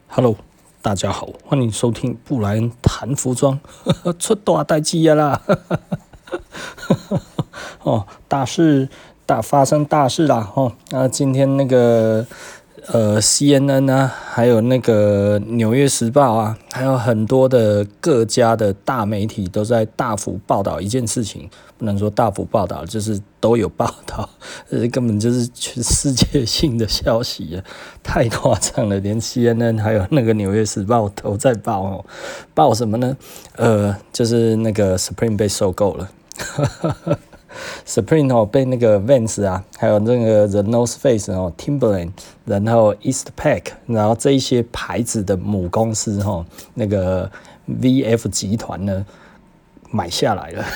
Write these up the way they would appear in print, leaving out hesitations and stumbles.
Hello，大家好，欢迎收听布莱恩谈服装，出大代志啊啦！哦，发生大事啦！哦，那今天那个CNN 啊，还有那个纽约时报啊，还有很多的各家的大媒体都在大幅报道一件事情，不能说大幅报道，就是都有报道，根本就是全世界性的消息啊，太夸张了，连 CNN 还有那个纽约时报都在报哦，报什么呢？就是那个 Supreme 被收购了。Supreme 被那个 Vans 啊，还有那个 The North Face Timberland， 然后 Eastpak， 然后这一些牌子的母公司那个 VF 集团呢买下来了。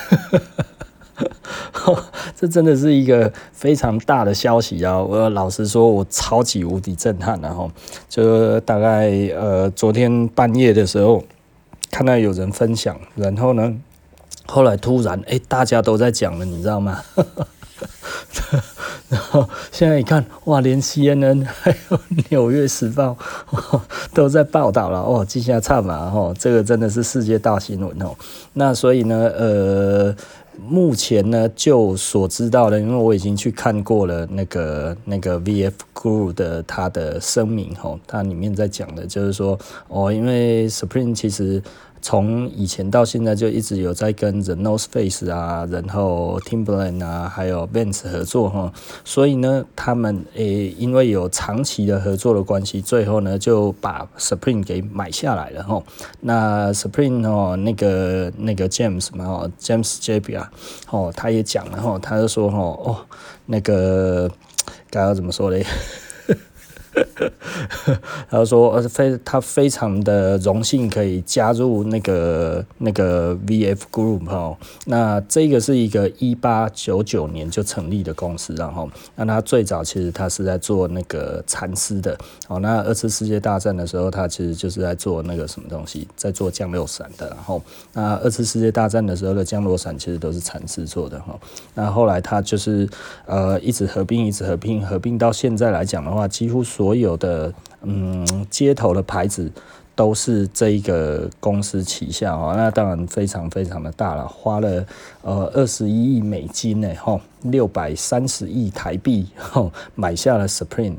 这真的是一个非常大的消息啊！我老实说，我超级无敌震撼了就大概昨天半夜的时候看到有人分享，然后呢，后来突然大家都在讲了，你知道吗？然后现在一看，哇，连 CNN 还有纽约时报都在报道了记下差嘛这个真的是世界大新闻那所以呢，目前呢，就所知道的，因为我已经去看过了那个 VF Guru 的他的声明它里面在讲的就是说因为 Supreme 其实从以前到现在就一直有在跟 The North Face 啊，然后 Timberland 啊，还有 Vans 合作所以呢，他们因为有长期的合作的关系，最后呢就把 Supreme 给买下来了那 Supreme 那个 James 嘛James Jebbia 他也讲了他就说那个该要怎么说嘞？他说他非常的荣幸可以加入那个 VF Group 那这个是一个1899年就成立的公司那他最早其实他是在做那个蚕丝的那二次世界大战的时候他其实就是在做那个什么东西，在做降落伞的那二次世界大战的时候的降落伞其实都是蚕丝做的那后来他就是一直合并到现在来讲的话，几乎所有的街头的牌子都是这一个公司旗下那当然非常非常的大了，花了21亿美金呢630亿台币买下了 Supreme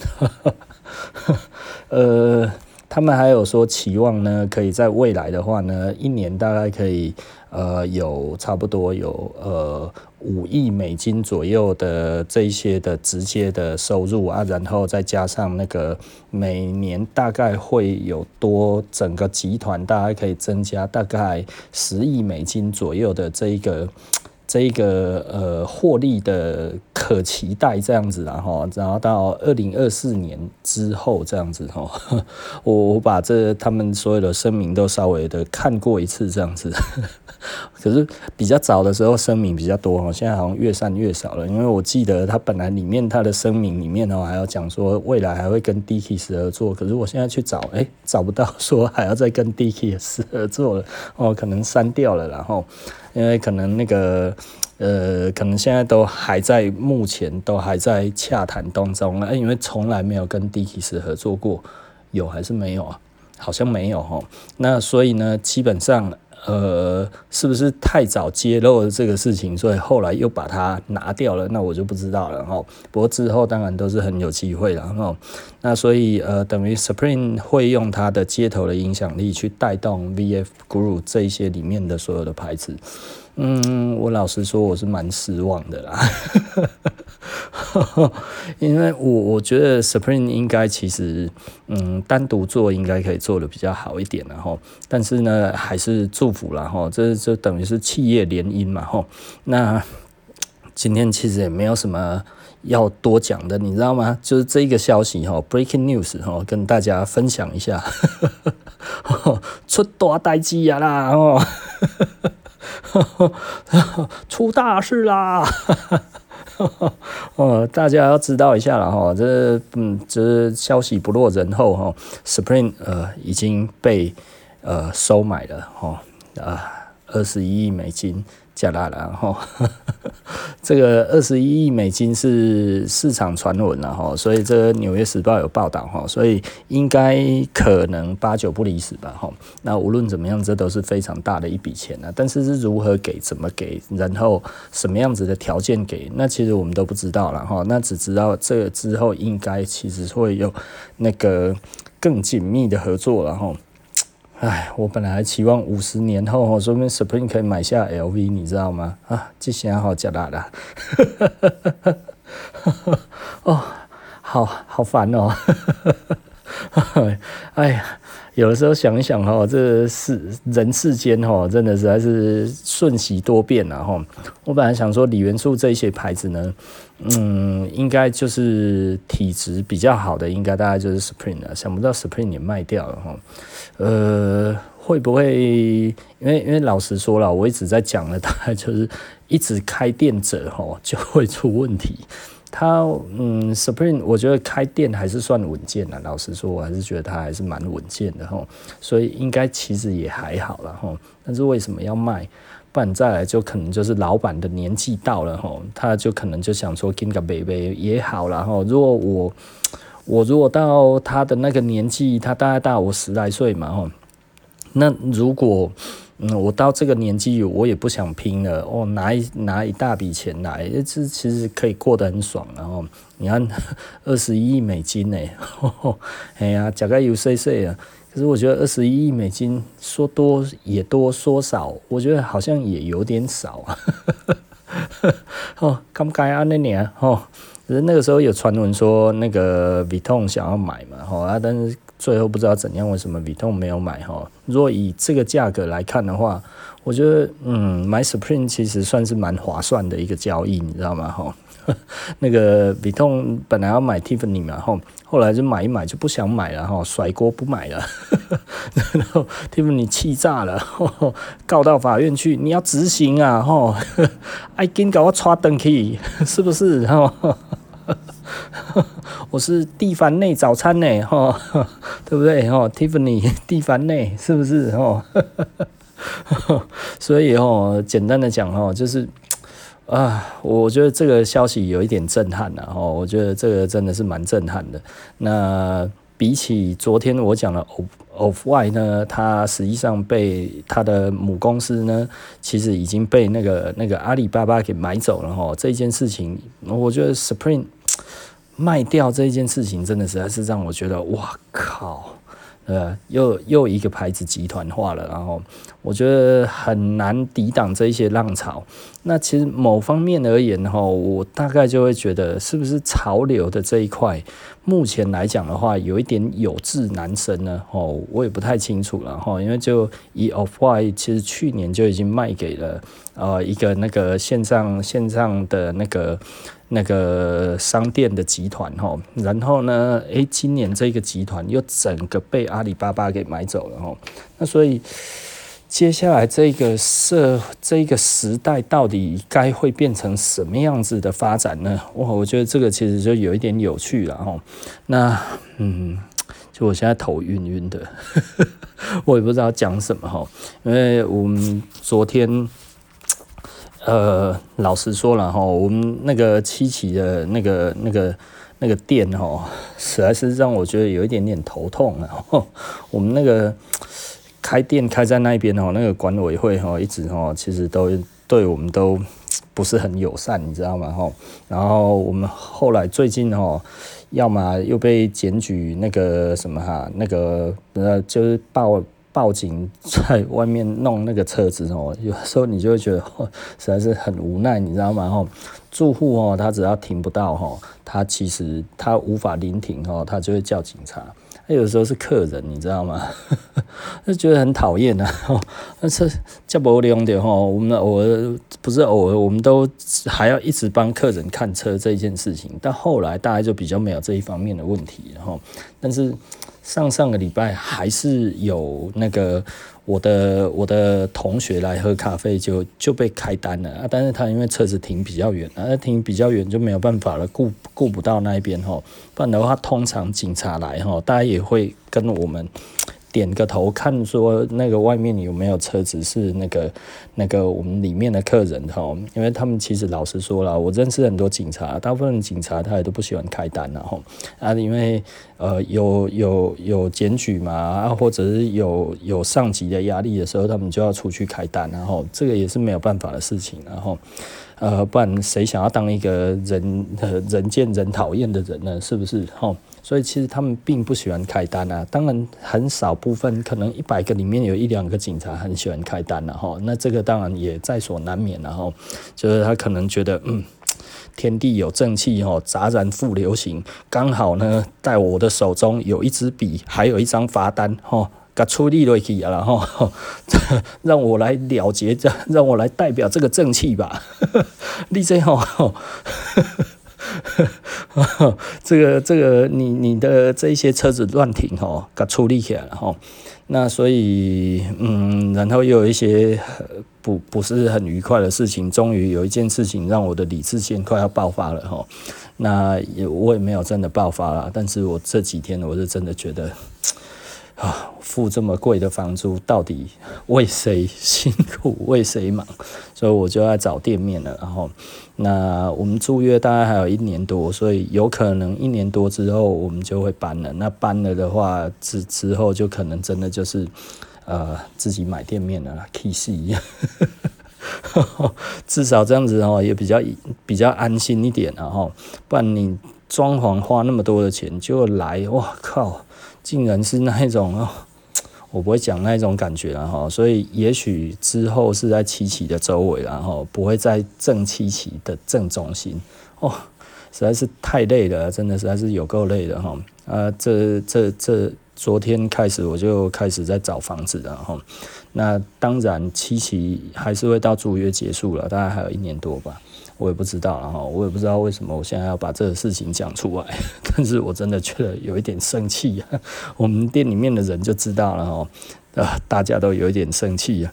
他们还有说期望呢，可以在未来的话呢，一年大概可以有差不多有5亿美金左右的这一些的直接的收入然后再加上那个每年大概会有多整个集团大概可以增加大概10亿美金左右的这一个获利的可期待这样子然后到2024年之后这样子我把他们所有的声明都稍微的看过一次这样子可是比较早的时候声明比较多现在好像越散越少了，因为我记得他本来里面他的声明里面还要讲说未来还会跟 Dickies 合作，可是我现在去找找不到说还要再跟 Dickies 合作了可能删掉了然后因为可能那个可能现在目前都还在洽谈当中因为从来没有跟 Dickies 合作过，有还是没有啊？好像没有那所以呢，基本上是不是太早揭露了这个事情，所以后来又把它拿掉了，那我就不知道了不过之后当然都是很有机会了那所以等于 Supreme 会用它的街头的影响力去带动 VF Group 这一些里面的所有的牌子。我老实说我是蛮失望的啦因为我觉得 Supreme 应该其实单独做应该可以做的比较好一点但是呢还是祝福啦这就等于是企业联姻嘛那今天其实也没有什么要多讲的，你知道吗？就是这一个消息Breaking News 跟大家分享一下出大代志啊啦出大事啦大家要知道一下啦这消息不落人后Supreme 已经被收买了21亿美金， 假啦啦吼，这个21亿美金是市场传闻啦吼，所以这个纽约时报有报道吼，所以应该可能8、9不离10吧吼。那无论怎么样，这都是非常大的一笔钱啊，但是如何给、怎么给，然后什么样子的条件给，那其实我们都不知道啦吼，那只知道这个之后应该其实会有那个更紧密的合作啦吼。唉，我本来还期望50年后，说不定 Supreme 可以买下 LV， 你知道吗？啊，这下好假辣啦，哦，好烦哦，哎呀，有的时候想一想哈，这人世间哈，真的实在是瞬息多变啊哈。我本来想说锂元素这一些牌子呢，应该就是体质比较好的，应该大概就是 Supreme 了。想不到 Supreme 也卖掉了哈。会不会？因为老实说了，我一直在讲的，大概就是一直开店者哈就会出问题。Supreme 我觉得开店还是算稳健的，老实说，我还是觉得它还是蛮稳健的哈，所以应该其实也还好啦哈。但是为什么要卖？不然再来就可能就是老板的年纪到了哈，他就可能就想说金个贝贝也好啦哈。如果我如果到他的那个年纪，他大概大我10来岁嘛哈，那如果我到这个年纪，我也不想拼了哦，拿一大笔钱来，这其实可以过得很爽。然后你看21亿美金呢，哎呀，大概有岁啊。可是我觉得21亿美金说多也多，说少我觉得好像也有点少啊。哦，刚该啊那年哦，可是那个时候有传闻说那个 Vuitton 想要买嘛，但是最后不知道怎样，为什么 Vuitton 没有买哈？如果以这个价格来看的话，我觉得买 Supreme 其实算是蛮划算的一个交易，你知道吗？哈，那个 Vuitton 本来要买 Tiffany 嘛，后来就买一买就不想买了哈，甩锅不买了，然后 Tiffany 气炸了，告到法院去，你要执行啊，爱紧给我抓登去，是不是？我是蒂凡内早餐呢，对不对？Tiffany 蒂凡内是不是？所以简单的讲就是我觉得这个消息有一点震撼了我觉得这个真的是蛮震撼的。那比起昨天我讲的 Off-White 呢，它实际上被它的母公司呢，其实已经被那个阿里巴巴给买走了这件事情，我觉得 Supreme 卖掉这件事情，真的实在是让我觉得，哇靠！又一个牌子集团化了，然后我觉得很难抵挡这一些浪潮。那其实某方面而言我大概就会觉得，是不是潮流的这一块，目前来讲的话，有一点有志难伸呢？我也不太清楚了因为就以 Off-White 其实去年就已经卖给了一个那个线上的那个商店的集团然后呢，今年这个集团又整个被阿里巴巴给买走了那所以接下来这个时代到底该会变成什么样子的发展呢？我觉得这个其实就有一点有趣了那就我现在头晕的，我也不知道讲什么因为我们昨天。老实说了我们那个七期的那个店实在是让我觉得有一点点头痛了我们那个开店开在那边那个管委会一直其实都对我们都不是很友善，你知道吗然后我们后来最近要么又被检举那个什么那个就是报警在外面弄那个车子有时候你就会觉得实在是很无奈，你知道吗住户他只要停不到他其实他无法临停他就会叫警察。有时候是客人，你知道吗？就觉得很讨厌但是这没用的我们偶尔不是偶尔，我们都还要一直帮客人看车这一件事情。但后来大概就比较没有这一方面的问题但是上个礼拜还是有那个我的同学来喝咖啡就被开单了但是他因为车子停比较远停比较远就没有办法了，顾不到那一边不然的话通常警察来大家也会跟我们点个头看说那个外面有没有车子是那个我们里面的客人哈，因为他们其实老实说啦，我认识很多警察，大部分警察他也都不喜欢开单啦哈啊，因为有检举嘛啊，或者是有上级的压力的时候，他们就要出去开单，然后这个也是没有办法的事情，然后不然谁想要当一个人见人讨厌的人呢？是不是哈？所以其实他们并不喜欢开单啊，当然很少部分，可能100个里面有1-2个警察很喜欢开单啦哈，那这个当然也在所难免啦哈，就是他可能觉得天地有正气哈，杂然复流行，刚好呢在我的手中有一支笔，还有一张罚单哈。给处理落去了哈，让我来了结，让我来代表这个正气吧。你这吼，这个你的这些车子乱停吼，给处理起来了哈。那所以然后又有一些不是很愉快的事情，终于有一件事情让我的理智线快要爆发了哈。那我也没有真的爆发了，但是我这几天我是真的觉得。付这么贵的房租，到底为谁辛苦为谁忙？所以我就要找店面了。然后，那我们租约大概还有1年多，所以有可能1年多之后我们就会搬了。那搬了的话，之后就可能真的就是自己买店面了啦 ，KC 至少这样子也比较安心一点啊，不然你装潢花那么多的钱就来，哇靠！竟然是那一种我不会讲那一种感觉啦所以也许之后是在七期的周围啦不会在正七期的正中心实在是太累了，真的实在是有够累的这昨天开始我就开始在找房子了那当然七期还是会到租约结束了，大概还有1年多吧。我也不知道我也不知道为什么我现在要把这个事情讲出来，但是我真的觉得有一点生气我们店里面的人就知道了大家都有一点生气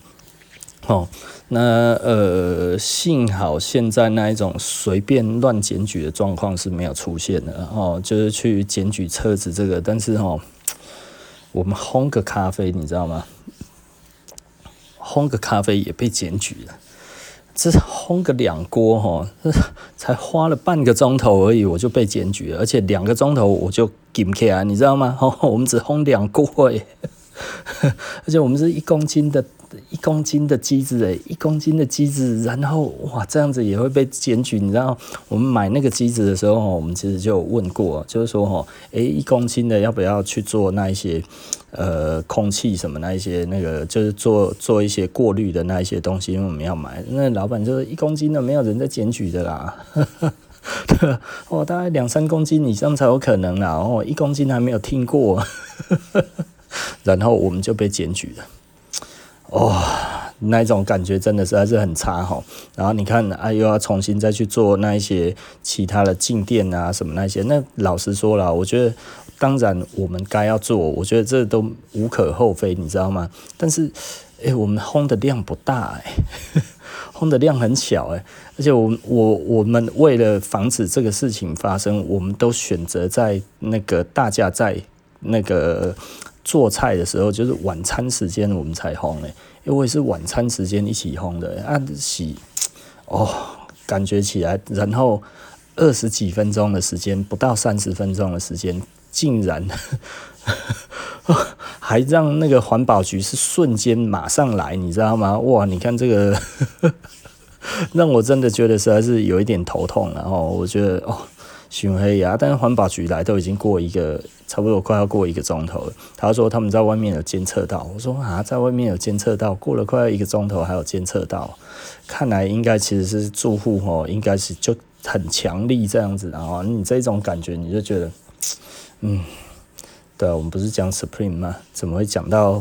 那幸好现在那一种随便乱检举的状况是没有出现的就是去检举车子这个，但是我们烘个咖啡你知道吗？烘个咖啡也被检举了。这烘个2锅才花了半个钟头而已，我就被检举了，而且2个钟头我就禁起来，你知道吗？我们只烘2锅而且我们是1公斤的机子1公斤的机子，然后哇这样子也会被检举，你知道？我们买那个机子的时候我们其实就有问过，就是说1公斤的要不要去做那一些空气什么那一些那个就是做一些过滤的那一些东西，因为我们要买。那老板就是1公斤的没有人在检举的啦。对大概2-3公斤以上才有可能啦1公斤还没有听过然后我们就被检举了那一种感觉真的实在是很差然后你看又要重新再去做那一些其他的静电啊什么那些，那老实说啦，我觉得当然我们该要做，我觉得这都无可厚非，你知道吗？但是我们烘的量不大烘的量很小而且我们为了防止这个事情发生，我们都选择在那个大家在那个做菜的时候，就是晚餐时间我们才烘因为是晚餐时间一起烘的感觉起来，然后20几分钟的时间，不到30分钟的时间，竟然还让那个环保局是瞬间马上来，你知道吗？哇，你看这个让我真的觉得实在是有一点头痛了我觉得很黑呀，但是环保局来都已经过差不多快要过1个钟头了。他说他们在外面有监测到，我说在外面有监测到，过了快要1个钟头还有监测到，看来应该其实是住户应该是就很强力这样子你这种感觉你就觉得对我们不是讲 Supreme 吗？怎么会讲到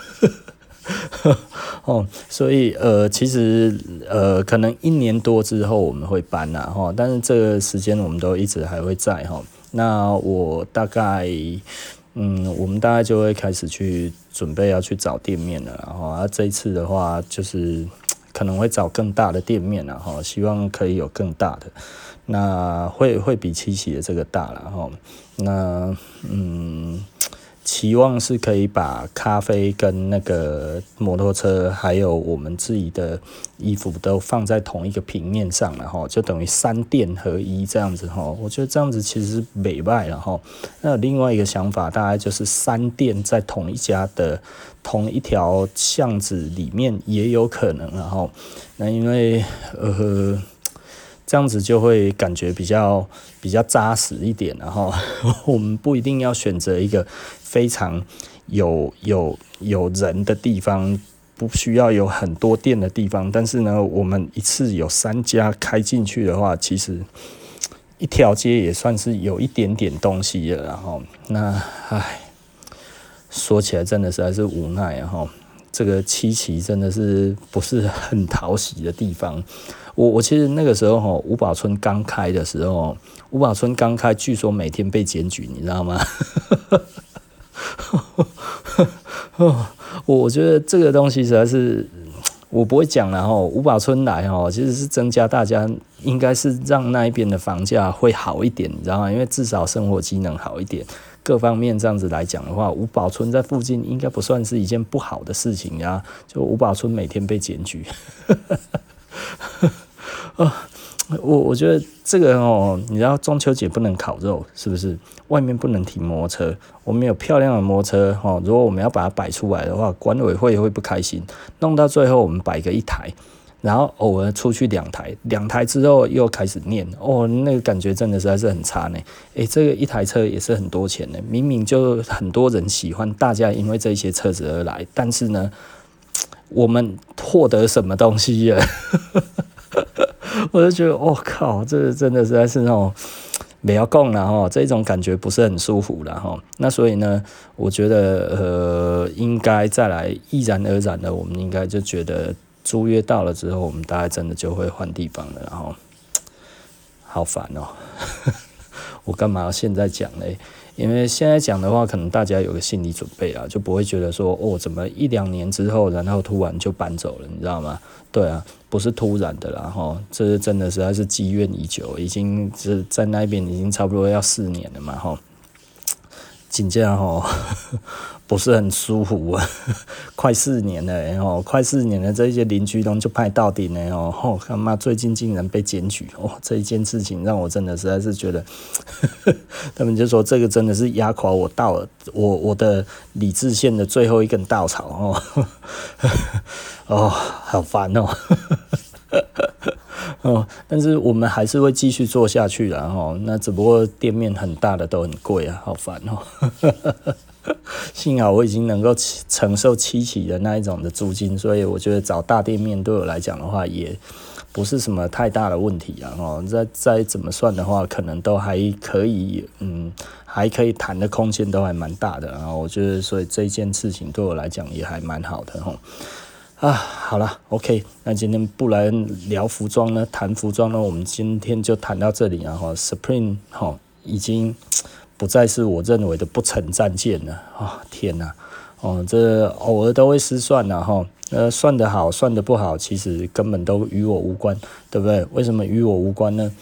所以其实可能1年多之后我们会搬但是这个时间我们都一直还会在那我大概我们大概就会开始去准备要去找店面了这一次的话就是可能会找更大的店面希望可以有更大的，那会比七期的这个大了那期望是可以把咖啡跟那个摩托车还有我们自己的衣服都放在同一个平面上了齁，就等于3店合一这样子齁，我觉得这样子其实是不错了齁。那有另外一个想法大概就是3店在同一家的同一条巷子里面也有可能了齁。那因为这样子就会感觉比较扎实一点，然后我们不一定要选择一个非常有人的地方，不需要有很多店的地方，但是呢，我们一次有3家开进去的话，其实一条街也算是有一点点东西了，然后那说起来真的实在是无奈，然后这个七期真的是不是很讨喜的地方。我其实那个时候五宝村刚开的时候，据说每天被检举，你知道吗？我觉得这个东西实在是我不会讲啦齁，五宝村来其实是增加大家，应该是让那一边的房价会好一点，你知道吗？因为至少生活机能好一点，各方面这样子来讲的话，五宝村在附近应该不算是一件不好的事情呀。就五宝村每天被检举。我觉得这个你知道中秋节不能烤肉，是不是？外面不能停摩托车，我们有漂亮的摩托车如果我们要把它摆出来的话，管委会会不开心。弄到最后我们摆个1台，然后偶尔出去2台之后又开始念那个感觉真的实在是很差呢。这个1台车也是很多钱呢，明明就很多人喜欢，大家因为这些车子而来，但是呢，我们获得什么东西了？我就觉得靠，这真的实在是那种不要讲啦这种感觉不是很舒服啦那所以呢，我觉得应该再来毅然而然的，我们应该就觉得租约到了之后，我们大概真的就会换地方了，然后好烦我干嘛要现在讲嘞？因为现在讲的话，可能大家有个心理准备啦，就不会觉得说怎么1-2年之后，然后突然就搬走了，你知道吗？对啊，不是突然的啦这真的实在是积怨已久，已经是在那边已经差不多要4年了嘛真的不是很舒服啊，快4年了快4年了，这些邻居都就派到顶了他妈最近竟然被检举这一件事情让我真的实在是觉得他们就说这个真的是压垮我到了我的理智线的最后一根稻草好烦但是我们还是会继续做下去啦那只不过店面很大的都很贵啊，好烦幸好我已经能够承受7期的那一种的租金，所以我觉得找大店面对我来讲的话，也不是什么太大的问题啊再怎么算的话，可能都还可以，还可以谈的空间都还蛮大的我觉得所以这件事情对我来讲也还蛮好的好了 ，OK， 那今天不来聊服装呢，谈服装呢，我们今天就谈到这里Supreme 已经不再是我认为的不成战舰了天哪这偶尔都会失算了算得好算得不好，其实根本都与我无关，对不对？为什么与我无关呢？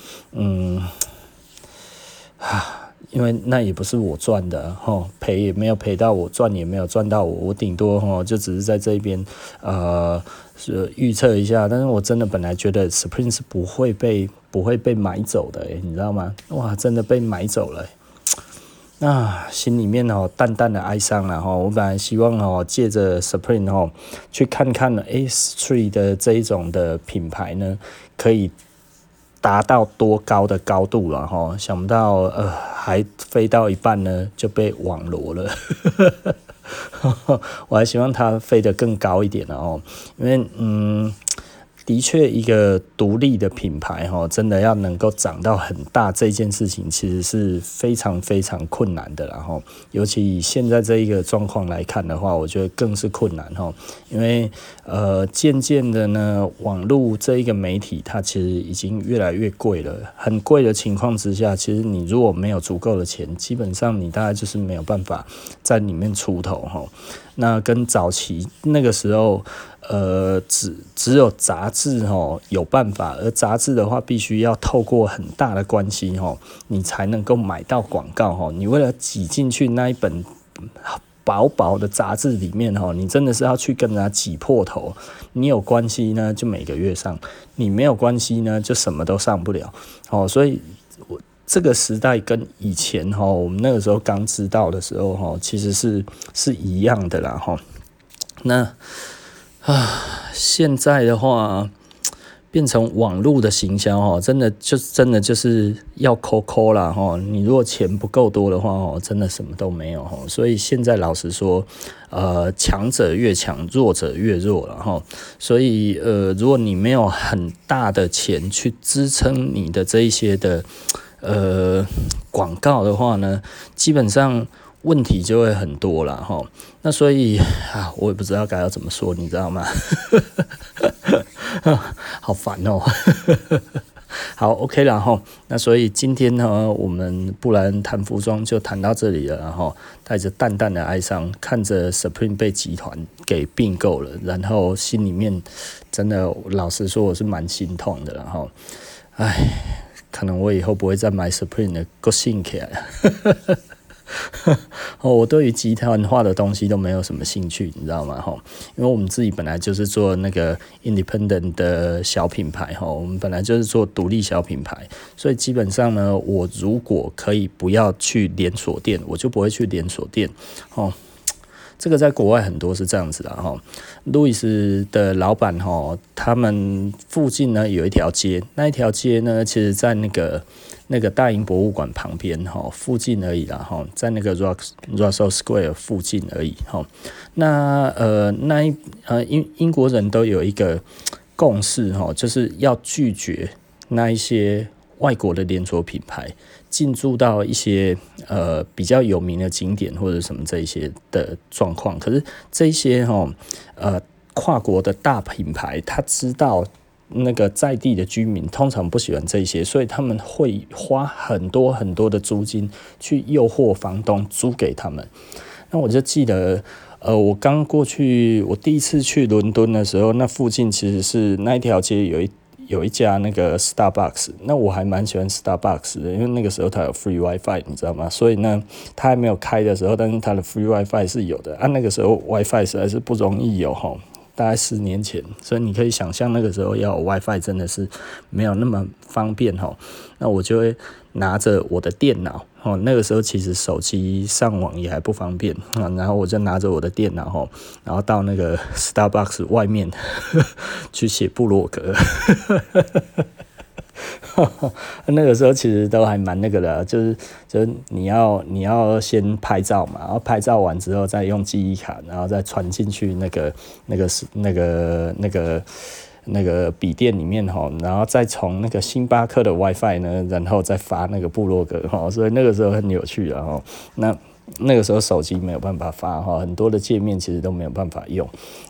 因为那也不是我赚的赔也没有赔到我，赚也没有赚到我顶多就只是在这边预测一下，但是我真的本来觉得 Supreme 是不会被买走的你知道吗？哇，真的被买走了心里面淡淡的哀伤了我本来希望借着 Supreme 去看看Street 的这一种的品牌呢，可以达到多高的高度了想不到还飞到一半呢就被网罗了我还希望它飞得更高一点因为的确一个独立的品牌真的要能够长到很大，这件事情其实是非常非常困难的啦尤其以现在这一个状况来看的话，我觉得更是困难因为渐渐的呢，网络这一个媒体它其实已经越来越贵了，很贵的情况之下，其实你如果没有足够的钱，基本上你大概就是没有办法在里面出头那跟早期那个时候只有杂志有办法，而杂志的话必须要透过很大的关系你才能够买到广告你为了挤进去那一本薄薄的杂志里面你真的是要去跟人家挤破头。你有关系呢，就每个月上；你没有关系呢，就什么都上不了。所以这个时代跟以前我们那个时候刚知道的时候其实是一样的啦那现在的话变成网络的行销真的就是要抠啦你如果钱不够多的话真的什么都没有所以现在老实说强者越强，弱者越弱了所以如果你没有很大的钱去支撑你的这一些的广告的话呢，基本上问题就会很多啦那所以我也不知道该要怎么说，你知道吗？好烦好 OK 啦那所以今天呢，我们不然谈服装就谈到这里了带着淡淡的哀伤，看着 Supreme 被集团给并购了，然后心里面真的老实说我是蛮心痛的啦可能我以后不会再买 Supreme 的，够兴起来了我对于集团化的东西都没有什么兴趣，你知道吗因为我们自己本来就是做那个 independent 的小品牌我们本来就是做独立小品牌，所以基本上呢，我如果可以不要去连锁店，我就不会去连锁店这个在国外很多是这样子的路易斯的老板他们附近呢有一条街，那一条街呢其实在那个大英博物馆旁边附近而已啦在那个 Russell Square 附近而已那英国人都有一个共识就是要拒绝那一些外国的连锁品牌进驻到一些比较有名的景点或者什么这一些的状况。可是这一些跨国的大品牌，他知道那个在地的居民通常不喜欢这些，所以他们会花很多很多的租金去诱惑房东租给他们。那我就记得我刚过去，我第一次去伦敦的时候，那附近其实是那一条街有一家那个 Starbucks， 那我还蛮喜欢 Starbucks 的，因为那个时候它有 free WiFi， 你知道吗？所以呢，它还没有开的时候，但是它的 free WiFi 是有的那个时候 WiFi 实在是不容易有大概10年前，所以你可以想象那个时候要有 WiFi 真的是没有那么方便那我就会拿着我的电脑那个时候其实手机上网也还不方便然后我就拿着我的电脑然后到那个 Starbucks 外面去写部落格那个时候其实都还蛮那个的，就是你要先拍照嘛，然后拍照完之后再用记忆卡，然后再传进去那个笔电里面然后再从那个星巴克的 WiFi 呢，然后再发那个部落格所以那个时候很有趣那个时候手机没有办法发很多的界面其实都没有办法用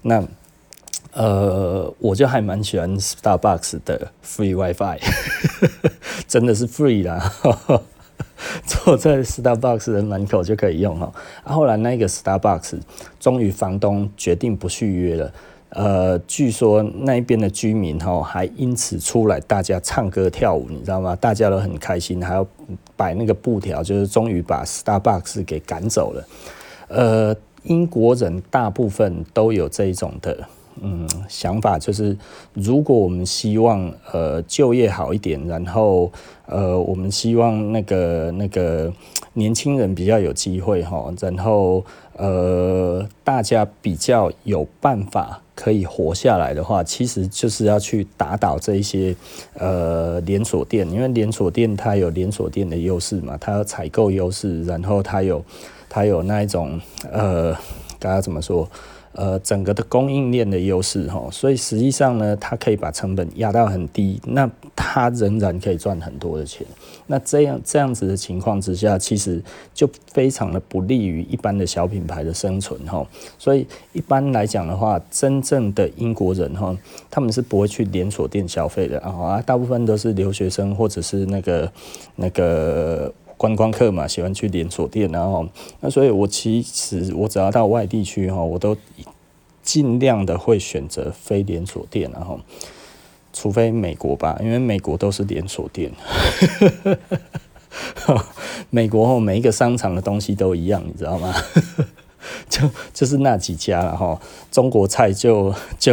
我就还蛮喜欢 Starbucks 的 free WiFi 真的是 free 啦坐在 Starbucks 的门口就可以用后来那个 Starbucks 终于房东决定不续约了据说那边的居民还因此出来大家唱歌跳舞，你知道吗？大家都很开心，还要摆那个布条，就是终于把 Starbucks 给赶走了英国人大部分都有这一种的想法，就是如果我们希望就业好一点，然后我们希望那个年轻人比较有机会然后大家比较有办法可以活下来的话，其实就是要去打倒这一些连锁店，因为连锁店它有连锁店的优势嘛，它有采购优势，然后它有那一种该要怎么说？整个的供应链的优势所以实际上呢，它可以把成本压到很低，那它仍然可以赚很多的钱。那这样子的情况之下，其实就非常的不利于一般的小品牌的生存所以一般来讲的话，真正的英国人他们是不会去连锁店消费的大部分都是留学生或者是那个观光客嘛，喜欢去连锁店那所以我其实我只要到外地去我都尽量的会选择非连锁店除非美国吧，因为美国都是连锁店美国每一个商场的东西都一样，你知道吗？就是那几家了哈，中国菜就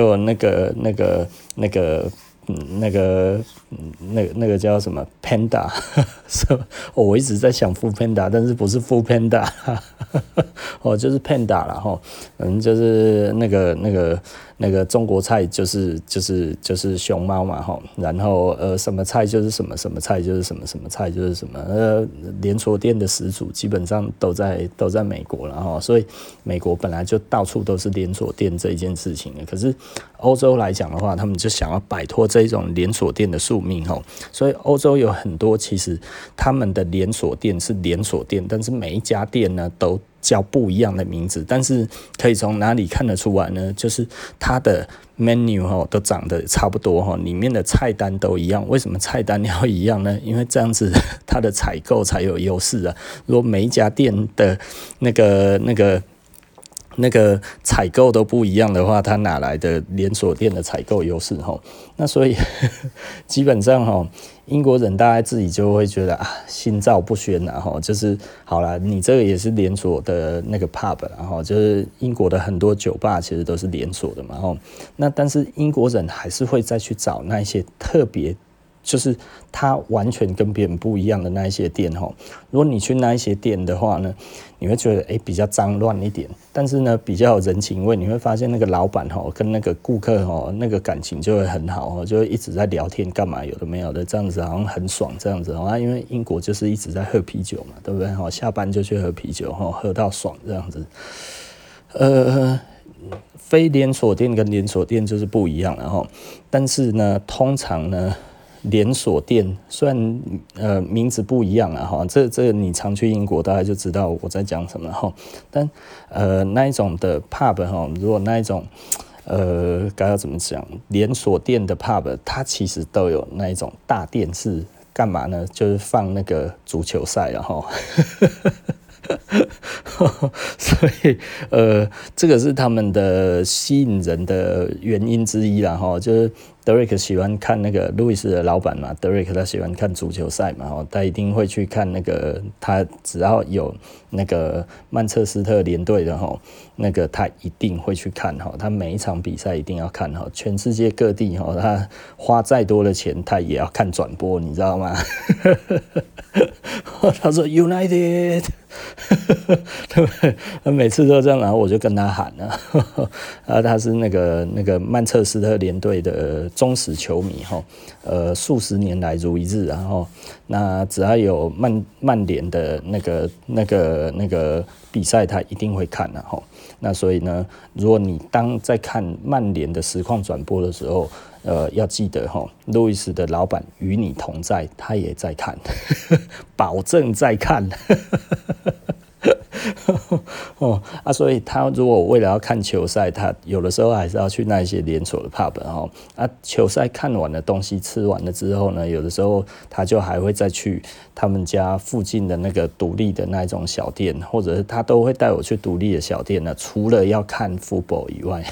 那个叫什么 Panda， 我一直在想 Food Panda， 但是不是 Food Panda， 就是 Panda 啦哈，就是那个中国菜就是熊猫嘛哈，然后什么菜就是什么菜就是什么菜就是什么，连锁店的始祖基本上都在美国了哈，所以美国本来就到处都是连锁店这一件事情的，可是欧洲来讲的话，他们就想要摆脱这种连锁店的宿命哈，所以欧洲有很多其实他们的连锁店是连锁店，但是每一家店呢都叫不一样的名字，但是可以从哪里看得出来呢？就是它的 menu 都长得差不多，里面的菜单都一样。为什么菜单要一样呢？因为这样子它的采购才有优势啊。如果每一家店的那个采购都不一样的话，它哪来的连锁店的采购优势？那所以基本上英国人大概自己就会觉得心照不宣就是好啦，你这个也是连锁的那个 pub， 然后就是英国的很多酒吧其实都是连锁的嘛，那但是英国人还是会再去找那一些特别。就是它完全跟别人不一样的那一些店如果你去那一些店的话呢，你会觉得比较脏乱一点，但是呢比较有人情味，你会发现那个老板跟那个顾客那个感情就会很好就会一直在聊天干嘛有的没有的，这样子好像很爽这样子因为英国就是一直在喝啤酒嘛，对不对下班就去喝啤酒喝到爽这样子。非连锁店跟连锁店就是不一样了但是呢通常呢连锁店虽然名字不一样这个你常去英国大概就知道我在讲什么但那一种的 pub 如果那一种该要怎么讲，连锁店的 pub 它其实都有那一种大电视，干嘛呢？就是放那个足球赛所以这个是他们的吸引人的原因之一啦就是德瑞克喜欢看那个路易斯的老板嘛，德瑞克他喜欢看足球赛嘛他一定会去看那个，他只要有那个曼彻斯特联队的那个他一定会去看他每一场比赛一定要看全世界各地他花再多的钱他也要看转播，你知道吗？他说 United 对不对？他每次都这样，然后我就跟他喊他是那个曼彻斯特联队的忠实球迷数十年来如一日那只要有曼联的那个比赛他一定会看那所以呢，如果你当在看曼联的实况转播的时候要记得路易斯的老板与你同在，他也在看保证在看所以他如果为了要看球赛，他有的时候还是要去那一些连锁的 pub 球赛看完了，东西吃完了之后呢，有的时候他就还会再去他们家附近的那个独立的那一种小店，或者是他都会带我去独立的小店呢，除了要看 football 以外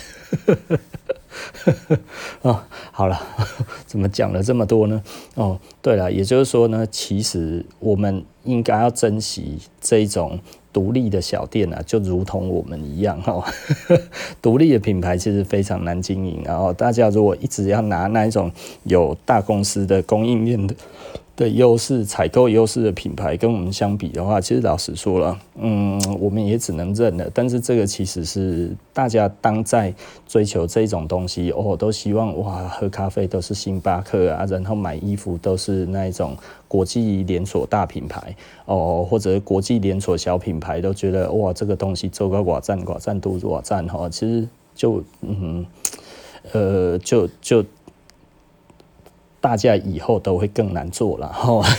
好了，怎么讲了这么多呢？对了，也就是说呢，其实我们应该要珍惜这一种独立的小店就如同我们一样独立的品牌其实非常难经营，然后大家如果一直要拿那一种有大公司的供应链的优势、采购优势的品牌跟我们相比的话，其实老实说了，我们也只能认了。但是这个其实是大家当在追求这种东西都希望喝咖啡都是星巴克然后买衣服都是那一种国际连锁大品牌或者国际连锁小品牌，都觉得这个东西做个寡赞度寡赞其实就大家以后都会更难做了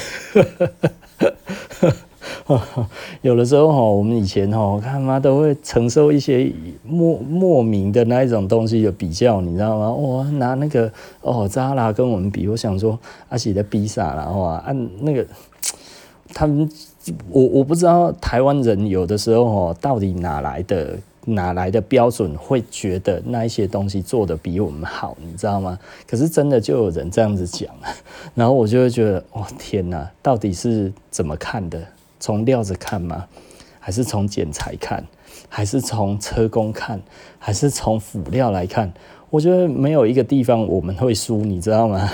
有的时候我们以前看妈都会承受一些莫名的那一种东西的比较，你知道吗？拿那个扎拉跟我们比，我想说是在比啥啦那个他们我不知道台湾人有的时候到底哪来的标准会觉得那一些东西做得比我们好，你知道吗？可是真的就有人这样子讲然后我就会觉得天哪，到底是怎么看的？ 从料子看吗？还是从剪裁看？还是从车工看？还是从辅料来看？我觉得没有一个地方我们会输，你知道吗？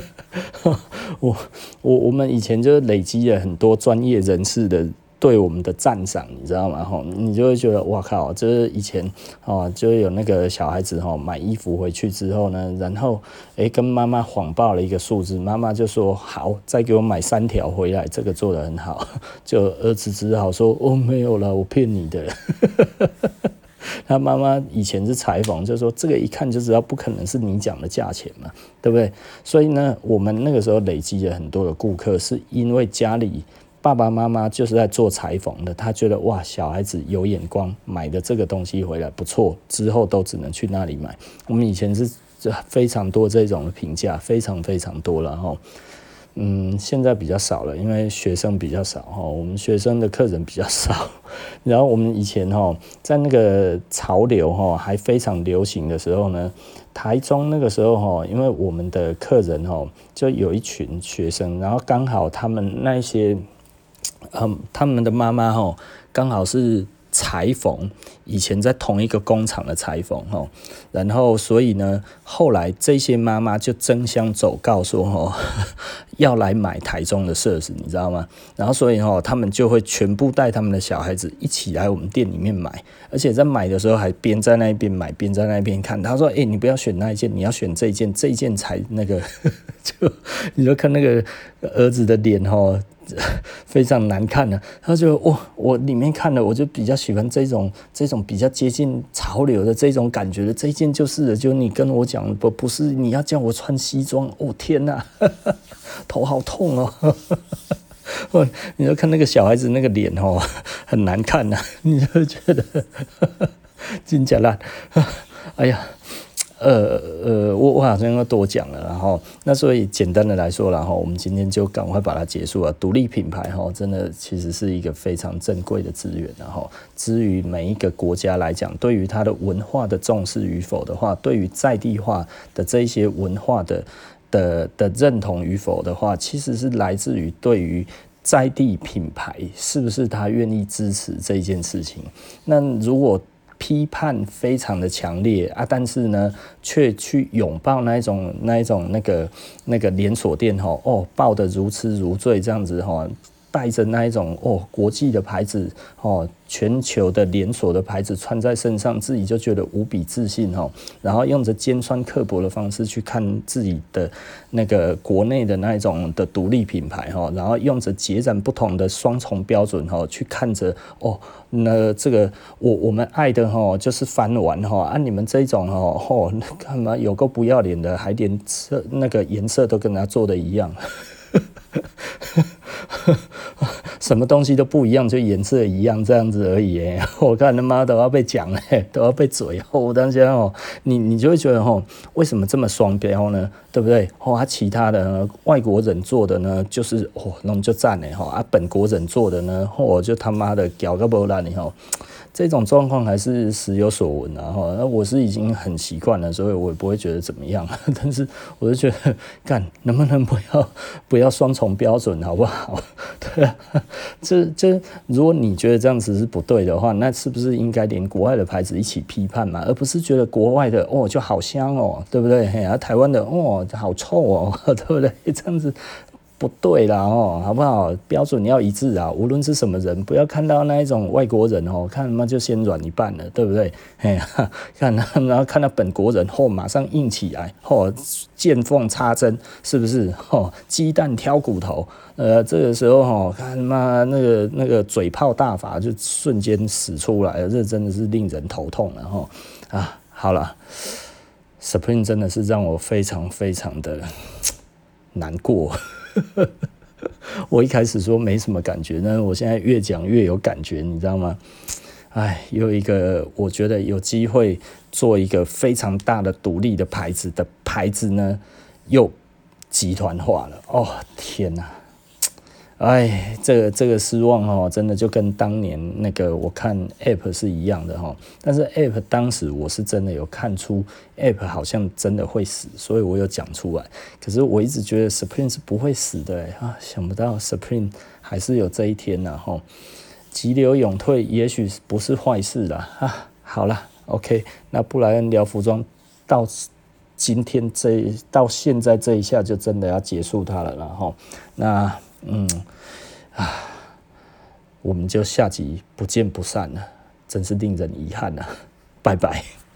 我们以前就累积了很多专业人士的对我们的赞赏，你知道吗？你就会觉得哇靠，就是以前就有那个小孩子买衣服回去之后呢，然后跟妈妈谎报了一个数字，妈妈就说好，再给我买3条回来，这个做得很好。就儿子只好说没有了，我骗你的。他妈妈以前是裁缝，就说这个一看就知道不可能是你讲的价钱嘛，对不对？所以呢，我们那个时候累积了很多的顾客，是因为家里爸爸妈妈就是在做裁缝的，他觉得哇，小孩子有眼光，买的这个东西回来不错，之后都只能去那里买。我们以前是非常多这种的评价，非常非常多了哈。现在比较少了，因为学生比较少我们学生的客人比较少。然后我们以前在那个潮流还非常流行的时候呢，台中那个时候因为我们的客人就有一群学生，然后刚好他们那些他们的妈妈刚好是裁缝，以前在同一个工厂的裁缝然后所以呢，后来这些妈妈就争相走告说要来买台中的社子，你知道吗？然后所以他们就会全部带他们的小孩子一起来我们店里面买，而且在买的时候还边在那边买边在那边看。他说你不要选那一件，你要选这一件，这一件才那个就你就看那个儿子的脸非常难看的，他就我里面看了，我就比较喜欢这种比较接近潮流的这种感觉的，这一件就是了，就你跟我讲不是你要叫我穿西装，天哪，头好痛你就看那个小孩子那个脸很难看你就觉得真假烂，哎呀。我好像要多讲了，然后那所以简单的来说，然后我们今天就赶快把它结束了。独立品牌真的其实是一个非常珍贵的资源，然后至于每一个国家来讲，对于它的文化的重视与否的话，对于在地化的这一些文化的认同与否的话，其实是来自于对于在地品牌是不是他愿意支持这一件事情。那如果批判非常的强烈但是呢，却去拥抱那一种那个连锁店抱得如痴如醉这样子带着那一种国际的牌子全球的连锁的牌子穿在身上，自己就觉得无比自信然后用着尖酸刻薄的方式去看自己的那个国内的那一种的独立品牌然后用着截然不同的双重标准去看着那这个我们爱的就是翻玩你们这种干嘛有够不要脸的，还连那个颜色都跟他做的一样。什么东西都不一样，就颜色一样这样子而已我看他妈都要被讲都要被嘴我当时你就会觉得为什么这么双标呢？对不对其他的外国人做的呢，就是那么就赞本国人做的呢就他妈的屌个不烂这种状况还是时有所闻那我是已经很习惯了，所以我也不会觉得怎么样但是我就觉得干能不能不要双重标准好不好？对啊，这如果你觉得这样子是不对的话，那是不是应该连国外的牌子一起批判嘛？而不是觉得国外的就好香对不对？台湾的好臭对不对？这样子不对啦好不好？标准要一致无论是什么人，不要看到那一种外国人看他妈就先软一半了，对不对？看然后看到本国人马上硬起来见缝插针，是不是鸡蛋挑骨头？这个时候看他妈那个嘴炮大法就瞬间使出来了，这真的是令人头痛了好了 ，Supreme 真的是让我非常非常的难过。我一开始说没什么感觉，但是我现在越讲越有感觉，你知道吗？有一个我觉得有机会做一个非常大的独立的牌子呢，又集团化了天哪！ 哎，这个失望哦，真的就跟当年那个我看 App 是一样的哈。但是 App 当时我是真的有看出 App 好像真的会死，所以我有讲出来。可是我一直觉得 Supreme 是不会死的想不到 Supreme 还是有这一天呐哈。急流勇退也许不是坏事啦好啦 OK， 那布莱恩聊服装到现在这一下就真的要结束它了哈。那我们就下集不见不散了，真是令人遗憾啊，拜拜。